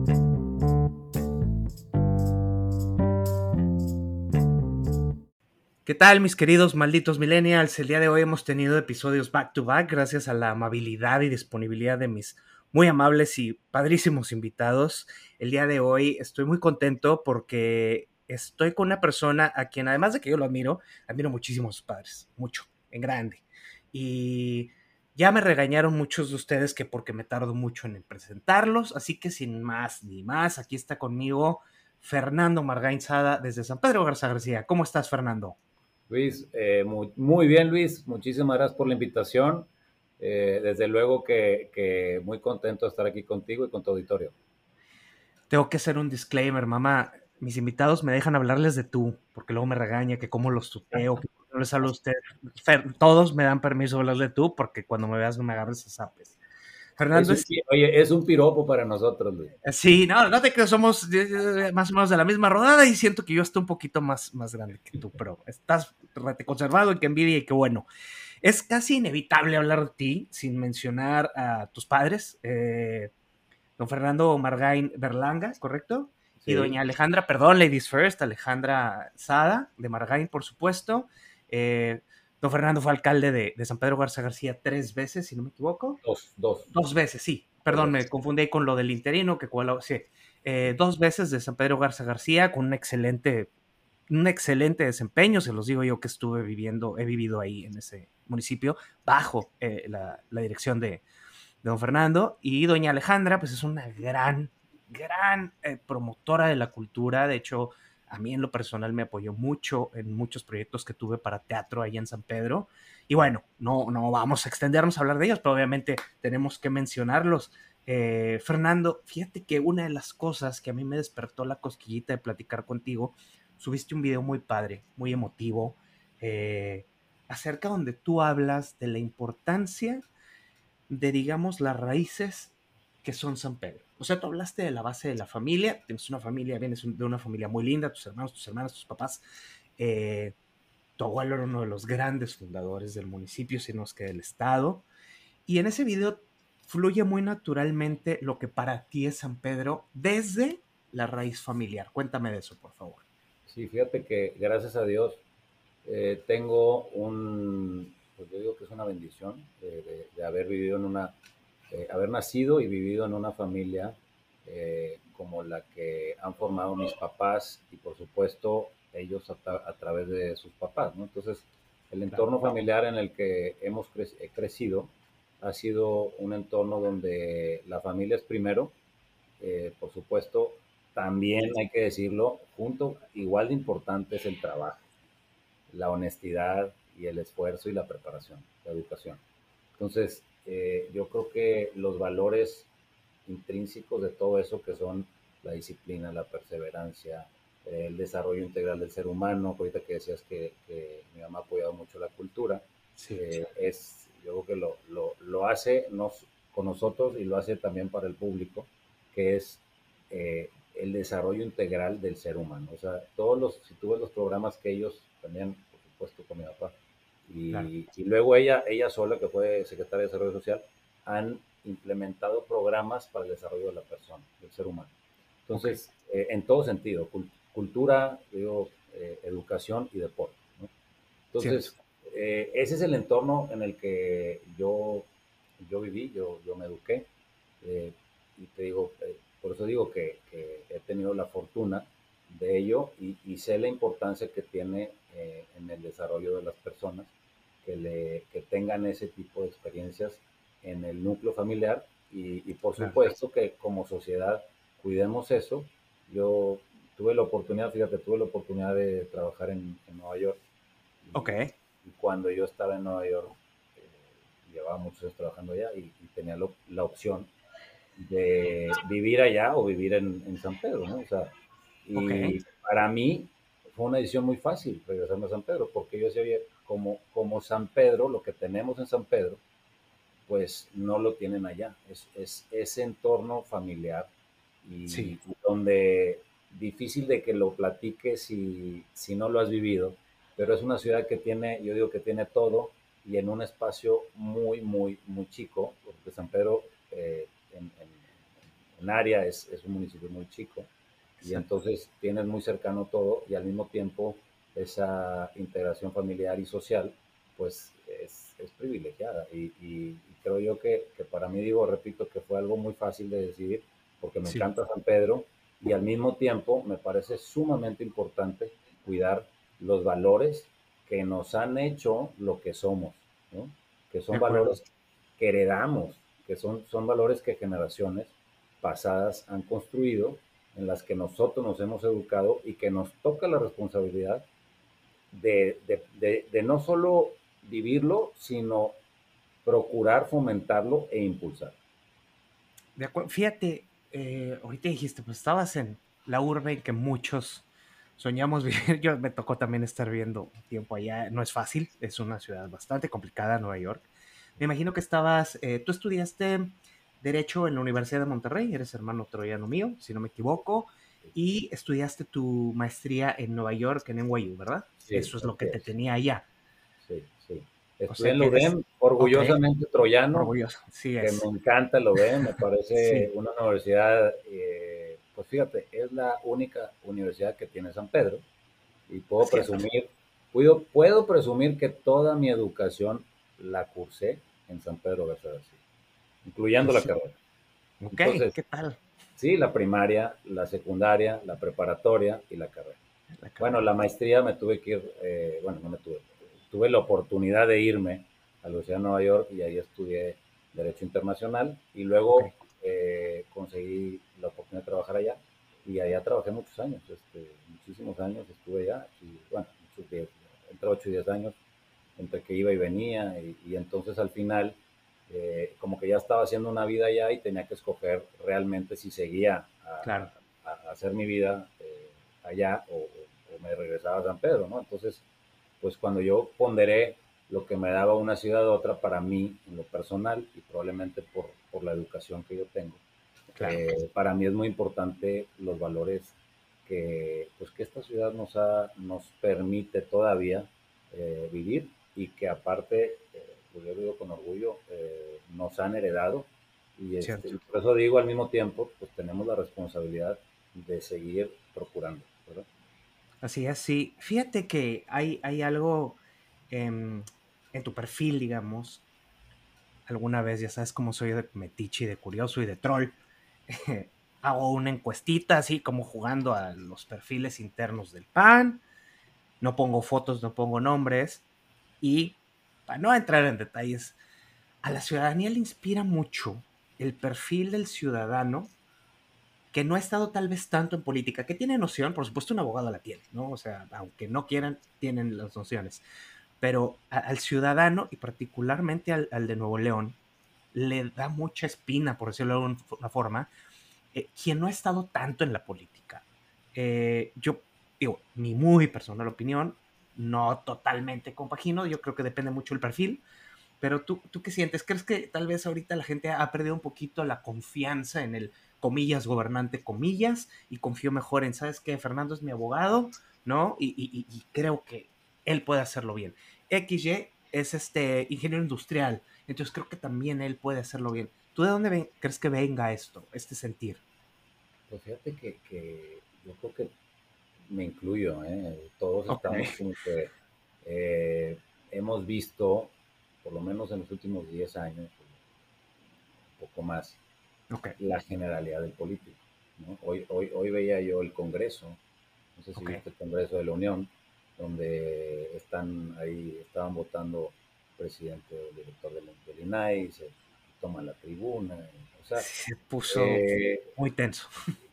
¿Qué tal, mis queridos malditos millennials? El día de hoy hemos tenido episodios back to back gracias a la amabilidad y disponibilidad de mis muy amables y padrísimos invitados. El día de hoy estoy muy contento porque estoy con una persona a quien, además de que yo lo admiro muchísimo a sus padres, mucho, en grande. Y ya me regañaron muchos de ustedes que porque me tardo mucho en presentarlos, así que sin más ni más, aquí está conmigo Fernando Margain Sada desde San Pedro Garza García. ¿Cómo estás, Fernando? Luis, muy bien, Luis. Muchísimas gracias por la invitación. Desde luego que muy contento de estar aquí contigo y con tu auditorio. Tengo que hacer un disclaimer, mamá. Mis invitados me dejan hablarles de tú, porque luego me regaña que cómo los tuteo, que no les hablo a usted. Todos me dan permiso de hablar de tú, porque cuando me veas no me agarres a zapes. Fernando es... Oye, es un piropo para nosotros, Luis. Sí, no te creo, somos más o menos de la misma rodada y siento que yo estoy un poquito más grande que tú, pero estás rete conservado y que envidia y que bueno. Es casi inevitable hablar de ti sin mencionar a tus padres, don Fernando Margain Berlanga, ¿correcto? Y Sí, doña Alejandra, perdón, Ladies First, Alejandra Sada, de Margain, por supuesto. Eh, don Fernando fue alcalde de San Pedro Garza García 3 veces, si no me equivoco. dos 2 veces, sí. Perdón, me veces. confundí con lo del interino, sí. 2 veces de San Pedro Garza García con un excelente desempeño, se los digo yo que he vivido ahí en ese municipio, bajo la dirección de don Fernando. Y doña Alejandra, pues es una gran promotora de la cultura. De hecho, a mí en lo personal me apoyó mucho en muchos proyectos que tuve para teatro allá en San Pedro. Y bueno, no vamos a extendernos a hablar de ellos, pero obviamente tenemos que mencionarlos. Fernando, fíjate que una de las cosas que a mí me despertó la cosquillita de platicar contigo, subiste un video muy padre, muy emotivo, eh, acerca donde tú hablas de la importancia de, digamos, las raíces que son San Pedro. O sea, tú hablaste de la base de la familia, tienes una familia, vienes de una familia muy linda, tus hermanos, tus hermanas, tus papás. Eh, Tu abuelo era uno de los grandes fundadores del municipio, si no es que del estado. Y en ese video fluye muy naturalmente lo que para ti es San Pedro desde la raíz familiar. Cuéntame de eso, por favor. Sí, fíjate que gracias a Dios tengo pues yo digo que es una bendición de haber vivido haber nacido y vivido en una familia como la que han formado mis papás y por supuesto ellos a través de sus papás, ¿no? Entonces, el Claro, entorno familiar en el que he crecido ha sido un entorno donde la familia es primero, por supuesto, también hay que decirlo, igual de importante es el trabajo, la honestidad y el esfuerzo y la preparación, la educación. Entonces, yo creo que los valores intrínsecos de todo eso que son la disciplina, la perseverancia, el desarrollo integral del ser humano, ahorita que decías que mi mamá ha apoyado mucho la cultura, sí, yo creo que lo hace con nosotros y lo hace también para el público, que es el desarrollo integral del ser humano. O sea, si tú ves los programas que ellos también, por supuesto, con mi papá, claro, y luego ella sola, que fue secretaria de Desarrollo Social, han implementado programas para el desarrollo de la persona, del ser humano. ok, Entonces, en todo sentido, cultura, digo, educación y deporte, ¿no? cierto, Entonces, ese es el entorno en el que yo viví, yo me eduqué, y te digo, por eso digo que he tenido la fortuna de ello y sé la importancia que tiene en el desarrollo de las personas que tengan ese tipo de experiencias en el núcleo familiar y por claro, supuesto que como sociedad cuidemos eso. Yo tuve la oportunidad de trabajar en Nueva York ok, y cuando yo estaba en Nueva York, llevaba muchos años trabajando allá y tenía la opción de vivir allá o vivir en San Pedro, ¿no? O sea, ok, y para mí fue una decisión muy fácil regresarme a San Pedro, porque yo decía, oye, como San Pedro, lo que tenemos en San Pedro, pues no lo tienen allá. Es ese entorno familiar sí, y donde difícil de que lo platiques si no lo has vivido, pero es una ciudad que tiene, yo digo que tiene todo y en un espacio muy chico, porque San Pedro en en área, es un municipio muy chico y Exacto. entonces tienes muy cercano todo y al mismo tiempo esa integración familiar y social pues es privilegiada y creo yo que para mí, digo, repito, que fue algo muy fácil de decidir porque me Sí, encanta San Pedro y al mismo tiempo me parece sumamente importante cuidar los valores que nos han hecho lo que somos, ¿no? Que de son acuerdo. valores que heredamos, que son valores que generaciones pasadas han construido, en las que nosotros nos hemos educado y que nos toca la responsabilidad de no solo vivirlo, sino procurar fomentarlo e impulsar. De acuerdo. Fíjate, ahorita dijiste, pues estabas en la urbe en que muchos soñamos vivir. Yo me tocó también estar viendo un tiempo allá. No es fácil, es una ciudad bastante complicada, Nueva York. Me imagino que estabas, tú estudiaste Derecho en la Universidad de Monterrey, eres hermano troyano mío, si no me equivoco, y estudiaste tu maestría en Nueva York, en NYU, ¿verdad? Sí, Eso es lo así que te es. tenía allá. Sí, sí. O Estudié sea en que la eres, UDEM, ok, orgullosamente troyano, orgulloso, sí que me es, encanta la UDEM, me parece sí, una universidad, pues fíjate, es la única universidad que tiene San Pedro y cierto. puedo presumir que toda mi educación la cursé en San Pedro Garza García, incluyendo la Sí, carrera. ok, Entonces, ¿qué tal sí, la primaria, la secundaria, la preparatoria y la carrera. la Bueno, carrera? la maestría me tuve que ir, bueno, no me tuve, tuve la oportunidad de irme a la Universidad de Nueva York y ahí estudié Derecho Internacional y Ok, luego conseguí la oportunidad de trabajar allá y allá trabajé muchos años, muchísimos años estuve allá y bueno, entre 8 y 10 años, entre que iba y venía y entonces al final como que ya estaba haciendo una vida allá y tenía que escoger realmente si seguía claro, a hacer mi vida allá o me regresaba a San Pedro, ¿no? Entonces, pues cuando yo ponderé lo que me daba una ciudad a otra para mí en lo personal y probablemente por la educación que yo tengo, claro. para mí es muy importante los valores pues, que esta ciudad nos permite todavía vivir y que aparte, pues yo digo con orgullo, nos han heredado Cierto. y por eso digo al mismo tiempo, pues tenemos la responsabilidad de seguir procurando, ¿verdad? Así es, sí. Fíjate que hay algo em, en tu perfil, digamos, alguna vez, ya sabes cómo soy de metiche y de curioso y de troll, hago una encuestita así como jugando a los perfiles internos del PAN, no pongo fotos, no pongo nombres y para no entrar en detalles, a la ciudadanía le inspira mucho el perfil del ciudadano que no ha estado tal vez tanto en política, que tiene noción, por supuesto un abogado la tiene, ¿no? O sea, aunque no quieran, tienen las nociones, pero al ciudadano y particularmente al de Nuevo León le da mucha espina, por decirlo de alguna forma, quien no ha estado tanto en la política. Yo digo, mi muy personal opinión, no totalmente compagino, yo creo que depende mucho del perfil, pero ¿tú qué sientes? ¿Crees que tal vez ahorita la gente ha perdido un poquito la confianza en el comillas gobernante, comillas, y confío mejor en, ¿sabes qué? Fernando es mi abogado, ¿no? Y creo que él puede hacerlo bien. XY es este ingeniero industrial, entonces creo que también él puede hacerlo bien. ¿Tú de dónde crees que venga esto, este sentir? Pues fíjate que yo creo que me incluyo, ¿eh? Todos Ok, estamos como que eh, hemos visto, por lo menos en los últimos 10 años, un poco más, ok, la generalidad del político, ¿no? Hoy veía yo el Congreso, no sé si ok. viste el Congreso de la Unión, donde estaban votando presidente o director del INAI, se toma la tribuna, o sea, Se puso eh, muy tenso.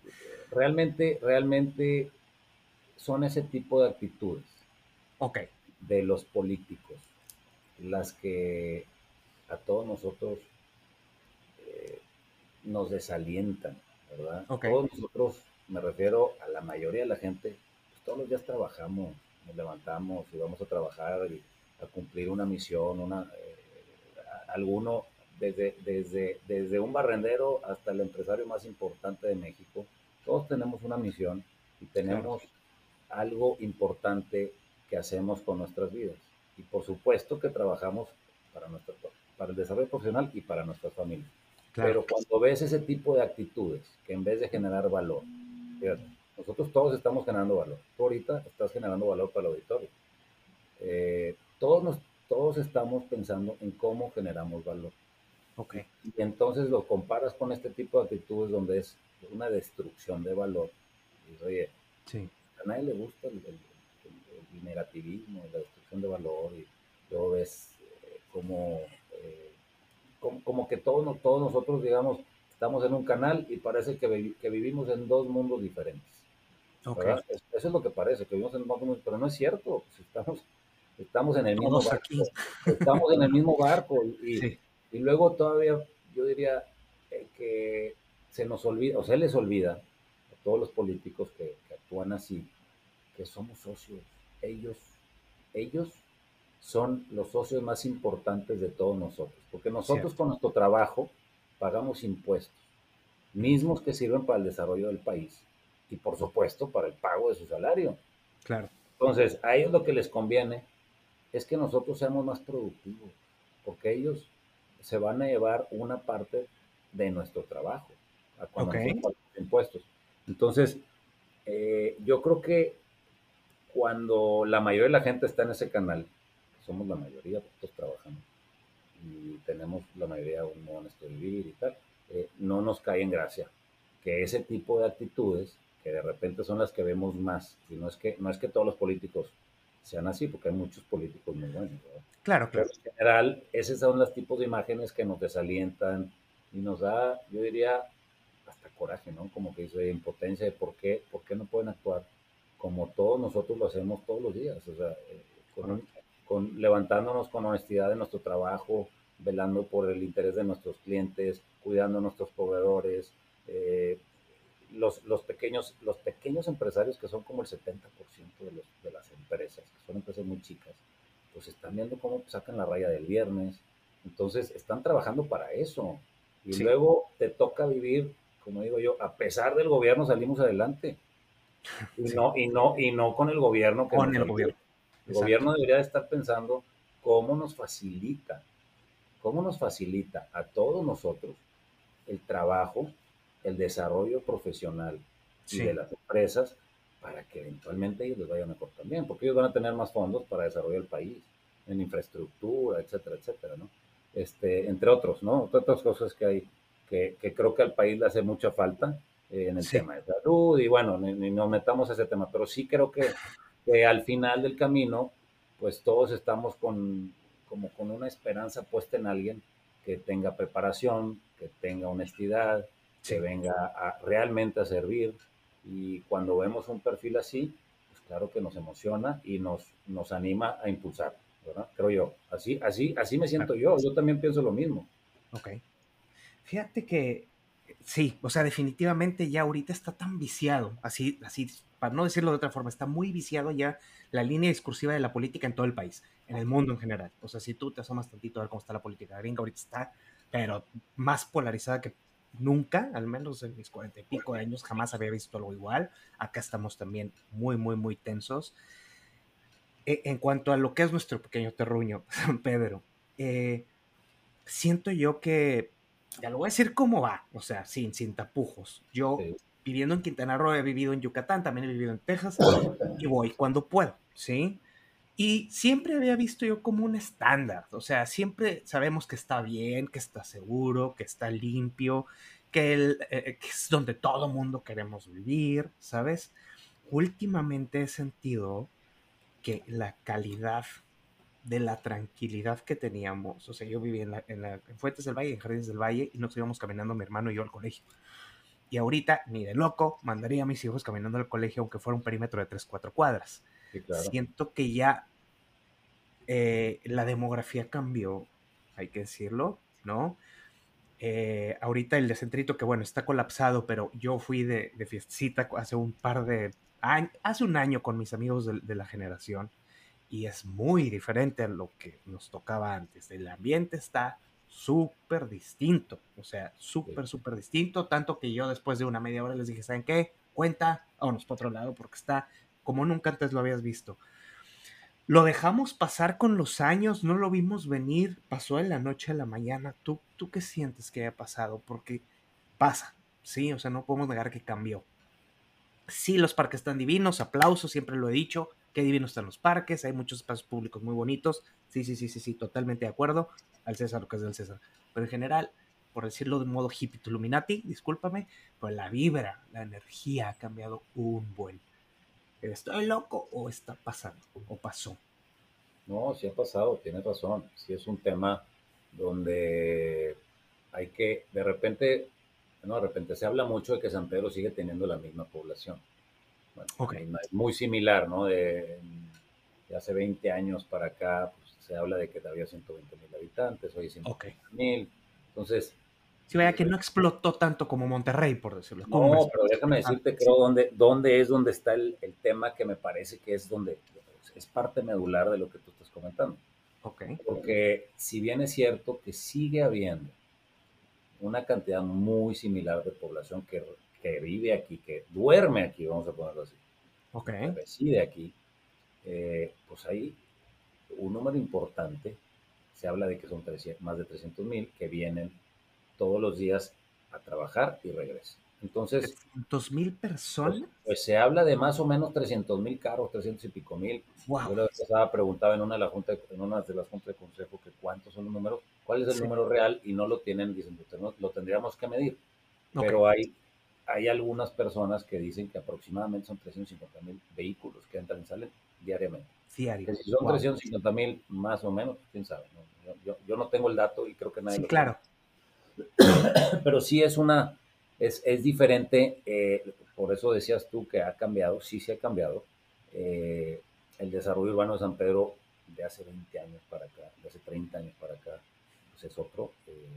realmente son ese tipo de actitudes Ok, de los políticos las que a todos nosotros nos desalientan, ¿verdad? ok, Todos nosotros, me refiero a la mayoría de la gente, pues todos los días trabajamos, nos levantamos y vamos a trabajar y a cumplir una misión, alguno, desde un barrendero hasta el empresario más importante de México, todos tenemos una misión y claro. tenemos algo importante que hacemos con nuestras vidas. Y por supuesto que trabajamos para, nuestra, para el desarrollo profesional y para nuestras familias. claro. Pero cuando ves ese tipo de actitudes, que en vez de generar valor, fíjate, nosotros todos estamos generando valor. Tú ahorita estás generando valor para el auditorio. Todos estamos pensando en cómo generamos valor. Ok, Y entonces lo comparas con este tipo de actitudes donde es una destrucción de valor. Y dices, oye, sí, a nadie le gusta el negativismo, la destrucción de valor, y luego ves como, eh, como que todos nosotros, digamos, estamos en un canal y parece que vivimos en dos mundos diferentes, ok. ¿verdad? Eso es lo que parece, que vivimos en dos mundos, pero no es cierto, pues estamos en el mismo Todos barco, aquí. estamos en el mismo barco, Sí, y luego todavía yo diría que se nos olvida, o se les olvida a todos los políticos que actúan así, que somos socios. Ellos, ellos son los socios más importantes de todos nosotros, porque nosotros cierto. con nuestro trabajo pagamos impuestos, Ujú, mismos que sirven para el desarrollo del país y por supuesto para el pago de su salario. claro, Entonces, a ellos lo que les conviene es que nosotros seamos más productivos, porque ellos se van a llevar una parte de nuestro trabajo cuando ok, nosotros pagamos impuestos. Entonces, yo creo que cuando la mayoría de la gente está en ese canal, somos la mayoría, porque todos trabajamos y tenemos la mayoría un modo honesto de vivir y tal, no nos cae en gracia que ese tipo de actitudes, que de repente son las que vemos más, y no es que todos los políticos sean así, porque hay muchos políticos muy buenos, ¿verdad? claro, Pero claro. en general, esos son los tipos de imágenes que nos desalientan y nos da, yo diría, hasta coraje, ¿no? Como que dice impotencia de por qué no pueden actuar como todos nosotros lo hacemos todos los días, o sea, con, un, Correcto. levantándonos con honestidad en nuestro trabajo, velando por el interés de nuestros clientes, cuidando a nuestros proveedores, eh, los pequeños empresarios, que son como el 70% de las empresas, que son empresas muy chicas, pues están viendo cómo sacan la raya del viernes, entonces están trabajando para eso. Y Sí, luego te toca vivir, como digo yo, a pesar del gobierno salimos adelante. Y sí. no, y no, y no con el gobierno que Con nos el ayuda. gobierno. El Exacto. gobierno debería de estar pensando cómo cómo nos facilita a todos nosotros el trabajo, el desarrollo profesional y de Sí, las empresas, para que eventualmente ellos les vaya mejor también, porque ellos van a tener más fondos para desarrollar el país, en infraestructura, etcétera, etcétera, ¿no? Entre otros, ¿no? Otras cosas que hay que creo que al país le hace mucha falta en el sí, tema de salud, y bueno, ni nos metamos a ese tema, pero sí creo que al final del camino, pues todos estamos como con una esperanza puesta en alguien que tenga preparación, que tenga honestidad, que sí. venga realmente a servir. Y cuando vemos un perfil así, pues claro que nos emociona y nos anima a impulsar, ¿verdad? Creo yo. Así me Claro. siento yo. Yo también pienso lo mismo. Ok. Fíjate que sí, o sea, definitivamente ya ahorita está tan viciado, así, para no decirlo de otra forma, está muy viciado ya la línea discursiva de la política en todo el país, en el mundo en general. O sea, si tú te asomas tantito a ver cómo está la política gringa, ahorita está, pero más polarizada que nunca, al menos en mis 40 y pico de años, jamás había visto algo igual. Acá estamos también muy, muy, muy tensos. En cuanto a lo que es nuestro pequeño terruño, San Pedro, eh, siento yo que, ya lo voy a decir cómo va, o sea, sin tapujos. Yo, Sí, viviendo en Quintana Roo, he vivido en Yucatán, también he vivido en Texas, y voy cuando puedo, ¿sí? Y siempre había visto yo como un estándar, o sea, siempre sabemos que está bien, que está seguro, que está limpio, que es donde todo mundo queremos vivir, ¿sabes? Últimamente he sentido que la calidad de la tranquilidad que teníamos. O sea, yo vivía en Fuentes del Valle, en Jardines del Valle, y nos íbamos caminando mi hermano y yo al colegio. Y ahorita, ni de loco, mandaría a mis hijos caminando al colegio, aunque fuera un perímetro de 3 4 cuadras. sí, claro. Siento que ya la demografía cambió, hay que decirlo, ¿no? Ahorita el Descentrito, que bueno, está colapsado, pero yo fui de fiestecita hace un par de años, hace un año con mis amigos de la generación, y es muy diferente a lo que nos tocaba antes. El ambiente está súper distinto, o sea, Sí. súper, súper distinto, tanto que yo después de una media hora les dije, ¿saben qué? Cuenta, vámonos para otro lado porque está como nunca antes lo habías visto. Lo dejamos pasar con los años, no lo vimos venir, pasó de la noche a la mañana. ¿Tú qué sientes que haya pasado? Porque pasa, sí, o sea, no podemos negar que cambió. Sí, los parques están divinos, aplausos, siempre lo he dicho, qué divinos están los parques, hay muchos espacios públicos muy bonitos, sí, sí, sí, sí, sí, totalmente de acuerdo, al César lo que es del César. Pero en general, por decirlo de modo hippie Illuminati, discúlpame, pero la vibra, la energía ha cambiado un buen. ¿Estoy loco o está pasando? ¿O pasó? No, sí ha pasado, tienes razón. Sí es un tema donde hay que, de repente, no, de repente se habla mucho de que San Pedro sigue teniendo la misma población. Bueno, la Ok, misma, es muy similar, ¿no? De hace 20 años para acá, pues, se habla de que había 120,000 habitantes, hoy ok. 130,000. Entonces, Sí, vaya que no explotó tanto como Monterrey, por decirlo, no, Cumbres. pero déjame Ah, decirte, sí. creo, dónde es donde está el tema que me parece que es donde es parte medular de lo que tú estás comentando. Ok, Porque si bien es cierto que sigue habiendo una cantidad muy similar de población que vive aquí, que duerme aquí, vamos a ponerlo así, ok, que reside aquí, pues hay un número importante, se habla de que son más de 300,000 que vienen todos los días a trabajar y regresan. Entonces, 300,000 pues, personas. pues se habla de más o menos 300,000 carros, 300 y pico mil. Wow. Yo la vez pasada preguntaba en una de las juntas de consejo que cuántos son los números, cuál es el Sí, número real y no lo tienen, dicen, lo tendríamos que medir. ok, Pero hay algunas personas que dicen que aproximadamente son 350,000 vehículos que entran y salen diariamente. diario. Que si son Wow. 350,000 más o menos, quién sabe. ¿No? Yo no tengo el dato y creo que nadie Sí, lo tiene. claro. Pero sí es diferente, por eso decías tú que ha cambiado, sí, sí ha cambiado. Eh, el desarrollo urbano de San Pedro de hace 20 años para acá, de hace 30 años para acá, pues es otro.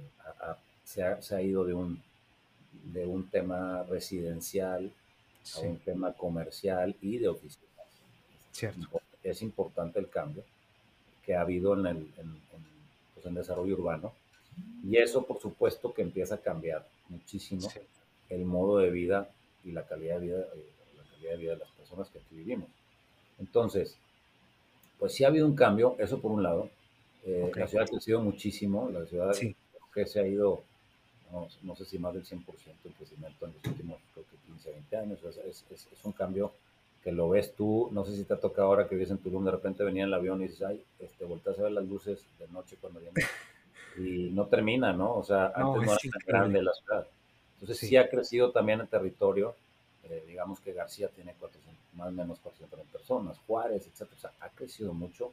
Se ha ido de un tema residencial a Sí, un tema comercial y de oficinas. cierto. Es importante el cambio que ha habido pues, en desarrollo urbano. Y eso, por supuesto, que empieza a cambiar muchísimo Sí, el modo de vida y la calidad de vida de las personas que aquí vivimos. Entonces, pues sí ha habido un cambio, eso por un lado. ok. La ciudad ha crecido muchísimo, la ciudad Sí, que se ha ido, no sé si más del 100% en crecimiento en los últimos, creo que 15, 20 años. Es un cambio que lo ves tú, no sé si te ha tocado ahora que vives en Tulum, de repente venía en el avión y dices, ay, volteas a ver las luces de noche cuando viene y no termina, ¿no? O sea, no, antes no era es tan increíble. grande la ciudad. Entonces sí Sí, ha crecido también el territorio. Digamos que García tiene 400, más o menos 400,000 personas, Juárez, etcétera. O sea, ha crecido mucho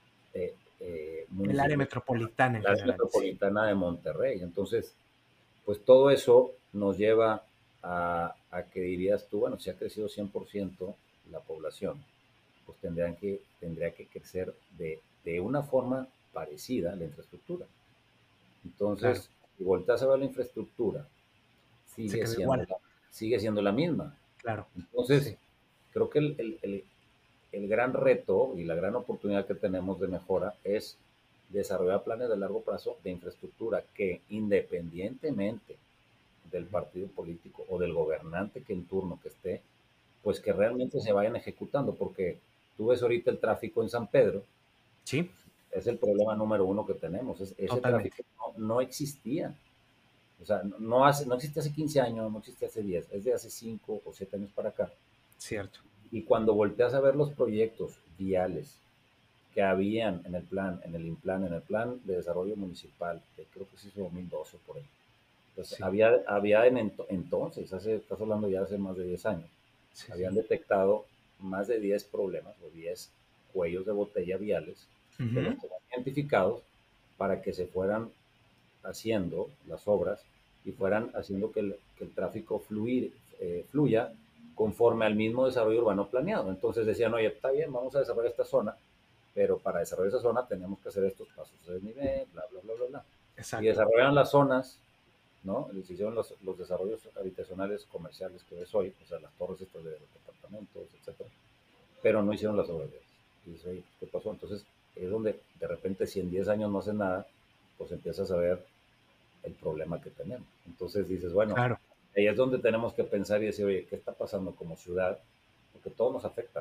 el área municipios, metropolitana en la área general, sí. metropolitana de Monterrey. Entonces, pues todo eso nos lleva a que dirías tú, bueno, si ha crecido 100% la población, pues tendría que crecer de una forma parecida a la infraestructura. Claro, Entonces, si volteas a ver la infraestructura, se sigue quedó siendo igual. sigue siendo la misma. Claro, Entonces, sí, creo que el gran reto y la gran oportunidad que tenemos de mejora es desarrollar planes de largo plazo de infraestructura que independientemente del ujú, partido político o del gobernante que en turno que esté, pues que realmente se vayan ejecutando, porque tú ves ahorita el tráfico en San Pedro, sí, es el problema número uno que tenemos, ese totalmente. tráfico no existía. O sea, no existe hace 15 años, no existe hace 10, es de hace 5 o 7 años para acá. Cierto. Y cuando volteas a ver los proyectos viales que habían en el plan de desarrollo municipal, que creo que se hizo 2012 por ahí. Entonces, Sí, entonces, estás hablando ya hace más de 10 años, sí, habían sí. detectado más de 10 problemas o 10 cuellos de botella viales que los Ujú, tenían identificados para que se fueran haciendo las obras y fueran haciendo que el tráfico fluya conforme al mismo desarrollo urbano planeado. Entonces decían, oye, está bien, vamos a desarrollar esta zona, pero para desarrollar esa zona tenemos que hacer estos pasos de nivel, bla, bla, bla, bla, bla. Y exacto. desarrollaron las zonas, ¿no? Les hicieron los desarrollos habitacionales comerciales que ves hoy, o sea, las torres estas de los departamentos, etcétera, pero no hicieron las obras de ellas. Y dice, oye, ¿qué pasó? Entonces, es donde de repente, si en 10 años no hacen nada, pues empiezas a ver el problema que tenemos. Entonces dices, bueno, Claro, ahí es donde tenemos que pensar y decir, oye, ¿qué está pasando como ciudad? Porque todo nos afecta.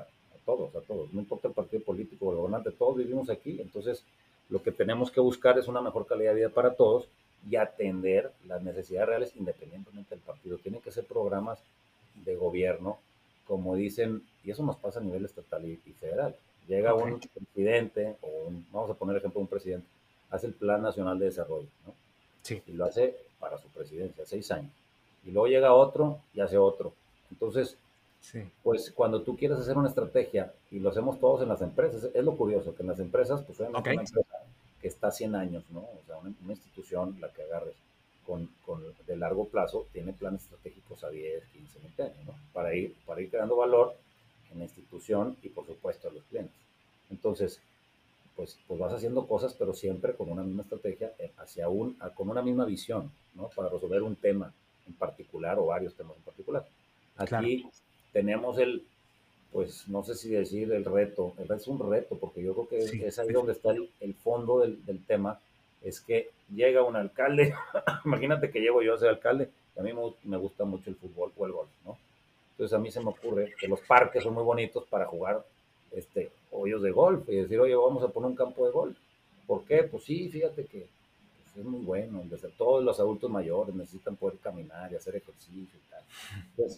a todos, no importa el partido político o el gobernante, todos vivimos aquí, entonces lo que tenemos que buscar es una mejor calidad de vida para todos y atender las necesidades reales independientemente del partido. Tienen que ser programas de gobierno, como dicen, y eso nos pasa a nivel estatal y federal. Llega Ok. un presidente, vamos a poner el ejemplo de un presidente, hace el Plan Nacional de Desarrollo, ¿no? Sí, Y lo hace para su presidencia, 6 años. Y luego llega otro y hace otro. Entonces, sí. pues cuando tú quieres hacer una estrategia, y lo hacemos todos en las empresas, es lo curioso, que en las empresas, pues Ok. obviamente una empresa que está a 100 años, ¿no? O sea, una institución, la que agarres, de largo plazo, tiene planes estratégicos a 10, 15, 20 años, ¿no? Para ir creando valor en la institución y, por supuesto, a los clientes. Entonces, pues vas haciendo cosas, pero siempre con una misma estrategia, con una misma visión, ¿no? Para resolver un tema en particular o varios temas en particular. Claro. Aquí tenemos pues no sé si decir el reto, es un reto, porque yo creo Sí, que es ahí sí. donde está el fondo del tema, es que llega un alcalde, imagínate que llego yo a ser alcalde, y a mí me gusta mucho el fútbol o el golf, ¿no? Entonces a mí se me ocurre que los parques son muy bonitos para jugar hoyos de golf y decir, oye, vamos a poner un campo de golf. ¿Por qué? Pues sí, fíjate que pues, es muy bueno. Desde todos los adultos mayores necesitan poder caminar y hacer ejercicio y tal. Pues,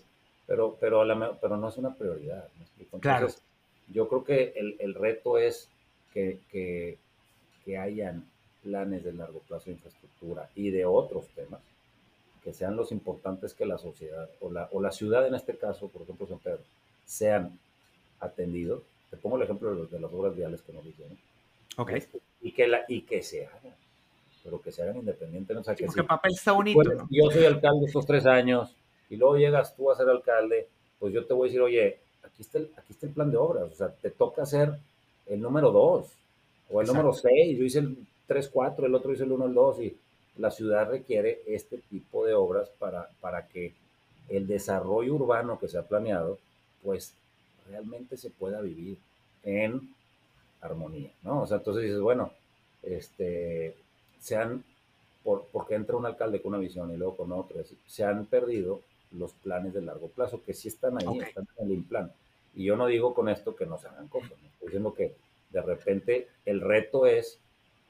pero no es una prioridad. ¿Me explico? Claro. Entonces, yo creo que el reto es que, que, que hayan planes de largo plazo de infraestructura y de otros temas que sean los importantes que la sociedad o la ciudad en este caso, por ejemplo San Pedro, sean atendidos. Te pongo el ejemplo de las obras viales que nos hicieron. Ok. Y que se hagan, pero que se hagan independientemente. O sea, Sí, que porque el si papel está bonito, ¿no? yo soy alcalde estos 3 años y luego llegas tú a ser alcalde, pues yo te voy a decir, oye, aquí está el plan de obras. O sea, te toca hacer el número 2 o el número Exacto. 6. Yo hice el 3 4, el otro hice el 1 el 2 y la ciudad requiere este tipo de obras para que el desarrollo urbano que se ha planeado, pues realmente se pueda vivir en armonía, ¿no? O sea, entonces dices, bueno, este, se han, porque entra un alcalde con una visión y luego con otra, se han perdido los planes de largo plazo, que sí están ahí, Ok. están en el implan. Y yo no digo con esto que no se hagan cosas, ¿no? Estoy diciendo que de repente el reto es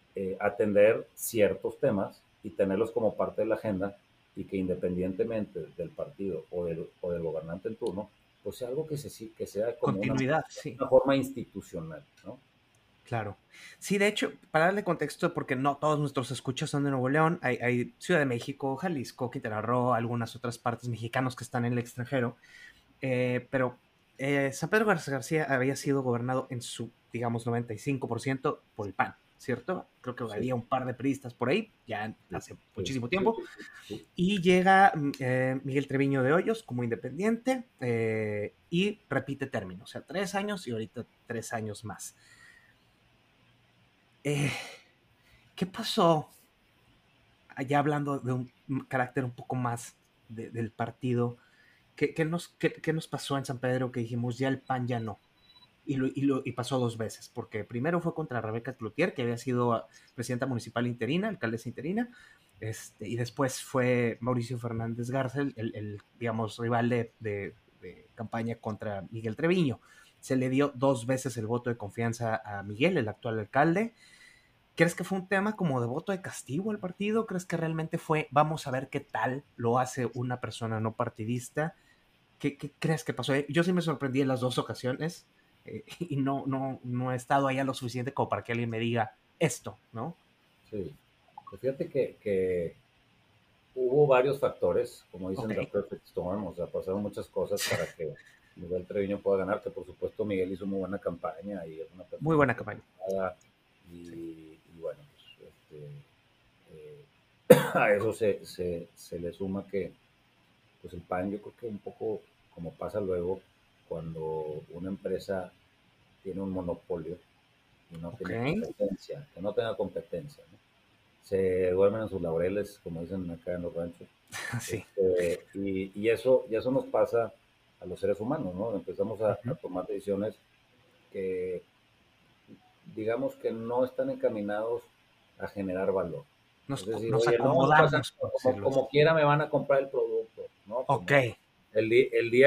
atender ciertos temas y tenerlos como parte de la agenda y que independientemente del partido o del gobernante en turno, pues sea algo que sea como una, Continuidad, sí. una forma institucional, ¿no? Claro. Sí, de hecho, para darle contexto, porque no todos nuestros escuchas son de Nuevo León, hay Ciudad de México, Jalisco, Quintana Roo, algunas otras partes mexicanos que están en el extranjero, pero San Pedro Garza García había sido gobernado en su, digamos, 95% por el PAN, ¿cierto? Creo que Sí, había un par de priistas por ahí, ya sí, hace sí, muchísimo sí, tiempo, sí, sí, y llega Miguel Treviño de Hoyos como independiente y repite término, o sea, 3 años y ahorita 3 años más. Eh, ¿Qué pasó? Allá hablando de un carácter un poco más del partido, ¿qué nos pasó en San Pedro que dijimos ya el PAN ya no? Y pasó 2 veces, porque primero fue contra Rebeca Cloutier, que había sido presidenta municipal interina, alcaldesa interina, y después fue Mauricio Fernández Garza, digamos, rival de campaña contra Miguel Treviño. Se le dio 2 veces el voto de confianza a Miguel, el actual alcalde. ¿Crees que fue un tema como de voto de castigo al partido? ¿Crees que realmente fue, vamos a ver qué tal lo hace una persona no partidista? ¿Qué crees que pasó? Yo sí me sorprendí en las dos ocasiones y no he estado allá lo suficiente como para que alguien me diga esto, ¿no? sí. Pues fíjate que hubo varios factores, como Ok, dicen, The Perfect Storm, o sea, pasaron muchas cosas para que Miguel Treviño pueda ganar, que por supuesto Miguel hizo muy buena campaña y es una muy persona muy buena campaña. calificada Sí. y bueno, pues, eh, a eso se le suma que pues el PAN yo creo que un poco como pasa luego cuando una empresa tiene un monopolio y no Ok, tiene competencia, que no tenga competencia, ¿no? Se duermen en sus laureles, como dicen acá en los ranchos. sí. Y eso nos pasa a los seres humanos, ¿no? Empezamos a Ujú. tomar decisiones que, digamos que no están encaminados a generar valor. Es decir, Nos oye, no, acomodamos, por como, decirlo así. como quiera me van a comprar el producto, ¿no? Pues Ok, no. El día,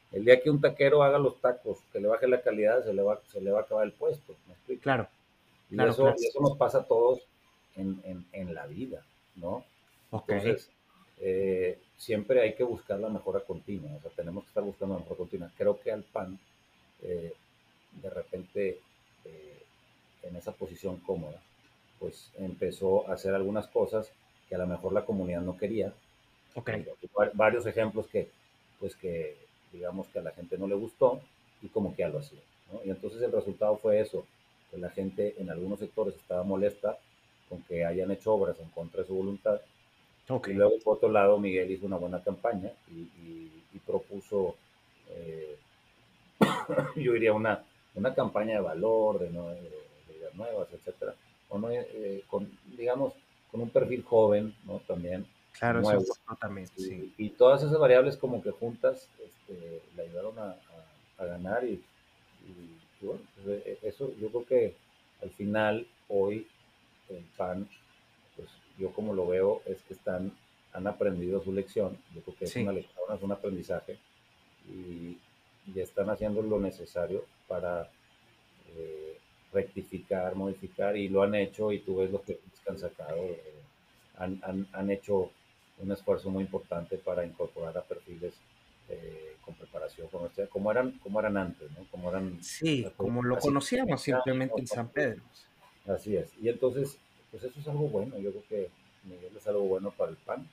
El día que un taquero haga los tacos, que le baje la calidad, se le va a acabar el puesto, ¿me explico? Claro, claro, claro. Y eso nos pasa a todos en la vida, ¿no? Ok, Entonces, siempre hay que buscar la mejora continua, o sea, tenemos que estar buscando la mejora continua. Creo que al PAN, eh, de repente, eh, en esa posición cómoda, pues empezó a hacer algunas cosas que a lo mejor la comunidad no quería. ok. Varios ejemplos pues que, digamos que a la gente no le gustó y como que ya lo hacía, ¿no? Y entonces el resultado fue eso, que la gente en algunos sectores estaba molesta con que hayan hecho obras en contra de su voluntad. Ok, Y luego, por otro lado, Miguel hizo una buena campaña y propuso, eh, yo diría, una campaña de valor, de ideas nuevas, etcétera, o no, digamos, con un perfil joven, ¿no? También, y claro, eso nuevo. es también, sí. Y todas esas variables como que juntas le ayudaron a ganar y bueno, pues, eso yo creo que al final, hoy, el PAN, pues yo como lo veo es que han aprendido su lección. Yo creo que es una Sí, lección, es un aprendizaje y, y están haciendo lo necesario para rectificar, modificar y lo han hecho y tú ves los que han sacado. Han hecho un esfuerzo muy importante para incorporar a perfiles con preparación, como eran antes, ¿no? Como eran sí, como lo así, conocíamos simplemente en San Pedro. así es. Y entonces, pues eso es algo bueno. Yo creo que Miguel es algo bueno para el PAN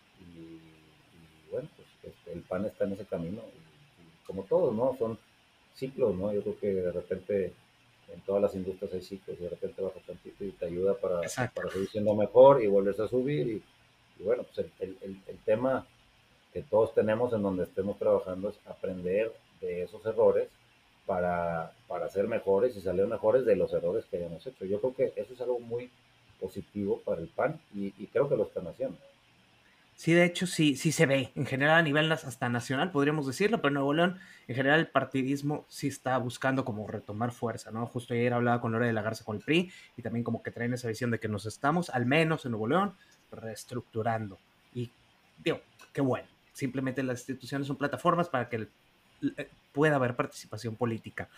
y bueno, pues el PAN está en ese camino y como todos, ¿no? Son ciclos, ¿no? Yo creo que de repente en todas las industrias hay ciclos y de repente baja tantito y te ayuda Exacto. para seguir siendo mejor y volverse a subir y bueno, pues el tema que todos tenemos en donde estemos trabajando es aprender de esos errores para ser mejores y salir mejores de los errores que hayamos hecho. Yo creo que eso es algo muy positivo para el PAN y creo que lo están haciendo. Sí, de hecho, sí, sí se ve. En general, a nivel hasta nacional, podríamos decirlo, pero en Nuevo León, en general, el partidismo sí está buscando como retomar fuerza, ¿no? Justo ayer hablaba con Lore de la Garza con el PRI y también como que traen esa visión de que nos estamos, al menos en Nuevo León, reestructurando. Y digo, qué bueno. Simplemente las instituciones son plataformas para que pueda haber participación política.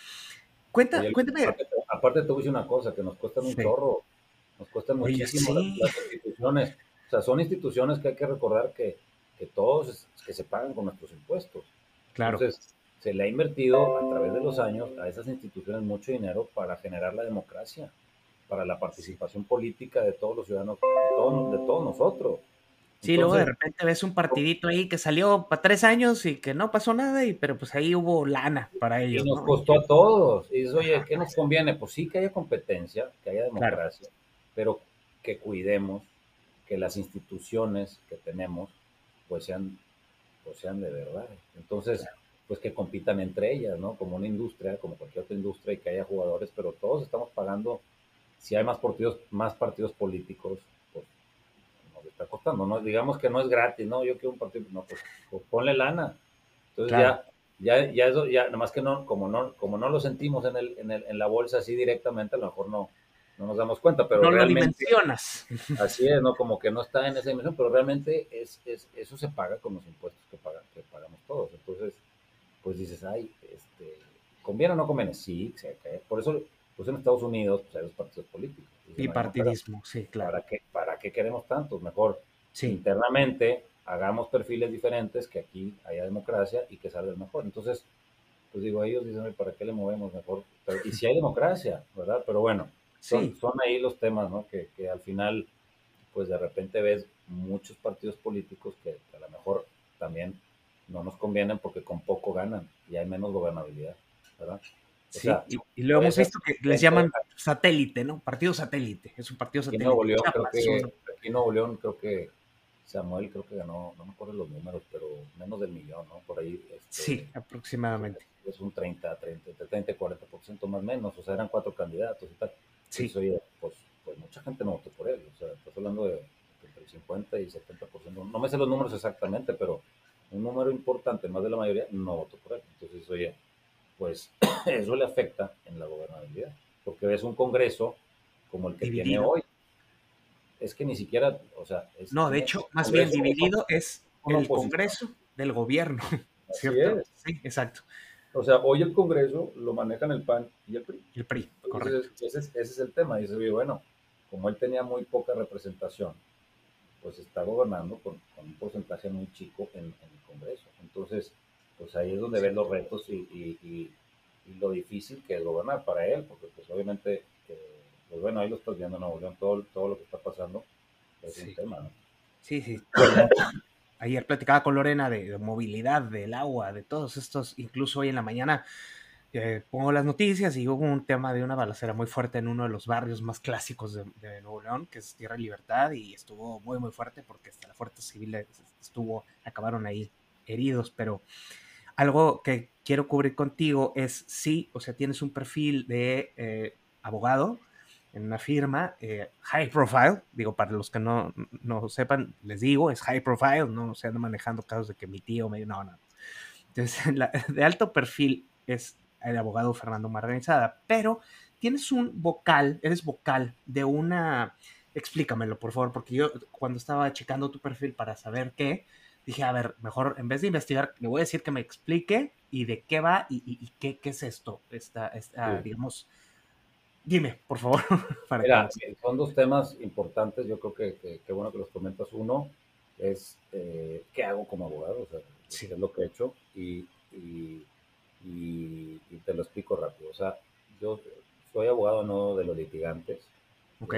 Oye, Cuéntame. aparte te voy a decir una cosa, que nos cuestan un Sí. chorro, nos cuestan Oye, muchísimo sí, las instituciones. O sea, son instituciones que hay que recordar que todos que se pagan con nuestros impuestos. claro. Entonces, se le ha invertido a través de los años a esas instituciones mucho dinero para generar la democracia, para la Sí. participación política de todos los ciudadanos, de todos nosotros. Sí, luego de Entonces, repente ves un partidito ahí que salió para 3 años y que no pasó nada, pero pues ahí hubo lana para y ellos, nos ¿no? costó a todos. Y dices, oye, Ajá, ¿qué nos conviene? Pues sí que haya competencia, que haya claro. democracia, pero que cuidemos que las instituciones que tenemos pues pues sean de verdad. Entonces, pues que compitan entre ellas, ¿no? Como una industria, como cualquier otra industria y que haya jugadores, pero todos estamos pagando, si hay más partidos políticos, pues nos está costando, ¿no? Digamos que no es gratis, ¿no? Yo quiero un partido, no, pues ponle lana. Entonces Claro. ya eso, ya, nada más que como no lo sentimos en la bolsa así directamente, a lo mejor no nos damos cuenta, pero No lo realmente dimensionas. así es, ¿no? Como que no está en esa dimensión, pero realmente eso se paga con los impuestos que pagamos todos. Entonces, pues dices, ay, ¿conviene o no conviene? Sí, por eso, pues en Estados Unidos, pues hay los partidos políticos. Dicen, oye, no, pero Bipartidismo, sí, claro. ¿para qué queremos tantos? Mejor Sí. internamente hagamos perfiles diferentes, que aquí haya democracia y que salga el mejor. Entonces, pues digo, ellos dicen, "Oye, ¿para qué le movemos mejor? Y si hay democracia, ¿verdad? Pero bueno, Sí. son ahí los temas, ¿no? Que al final, pues de repente ves muchos partidos políticos que a lo mejor también no nos convienen porque con poco ganan y hay menos gobernabilidad, ¿verdad? O Sí. sea, Y luego puede hemos ser visto que les dentro de llaman satélite, ¿no? Partido satélite. Es un partido aquí en Nuevo satélite. León, Chiapas, uno. aquí en Nuevo León creo que Samuel creo que ganó, no me acuerdo los números, pero menos del millón, ¿no? Por ahí, Sí, aproximadamente. es un 30 entre 30 y 40% más o menos, o sea, eran cuatro candidatos y tal. Entonces, Sí. oye, pues mucha gente no votó por él, o sea, estás hablando de entre el 50 y 70%, no me sé los números exactamente, pero un número importante, más de la mayoría, no votó por él. Entonces, oye, pues eso le afecta en la gobernabilidad, porque ves un Congreso como el que tiene Dividido. hoy, es que ni siquiera, o sea, No, de tiene hecho, el más bien Congreso, dividido es una el oposición. Congreso del gobierno. Así ¿cierto? es. Sí, exacto. O sea, hoy el Congreso lo manejan el PAN y el PRI. El PRI, correcto. Entonces, ese es el tema. Y dice, oye, bueno, como él tenía muy poca representación, pues está gobernando con un porcentaje muy chico en el Congreso. Entonces, pues ahí es donde Sí. ven los retos y lo difícil que es gobernar para él, porque pues obviamente, pues bueno, ahí lo estás viendo en Nuevo León, todo lo que está pasando es un Sí, tema, ¿no? sí, sí. Yo ayer platicaba con Lorena de movilidad, del agua, de todos estos, incluso hoy en la mañana pongo las noticias y hubo un tema de una balacera muy fuerte en uno de los barrios más clásicos de Nuevo León, que es Tierra y Libertad, y estuvo muy, muy fuerte porque hasta la Fuerza Civil acabaron ahí heridos, pero algo que quiero cubrir contigo es sí, o sea, tienes un perfil de abogado en una firma, high profile, digo, para los que no sepan, les digo, es high profile, no se anda manejando casos de que mi tío me... No, no. Entonces, de alto perfil es el abogado Fernando Marganizada, pero tienes un vocal, eres vocal de una... Explícamelo, por favor, porque yo cuando estaba checando tu perfil para saber qué, dije, a ver, mejor en vez de investigar, le voy a decir que me explique y de qué va y qué es esto, Sí. digamos, dime, por favor, para que Mira, nos... son dos temas importantes, yo creo que bueno que los comentas. Uno es qué hago como abogado, o sea, qué Sí, es lo que he hecho y, y te lo explico rápido. O sea, yo soy abogado no de los litigantes, ok,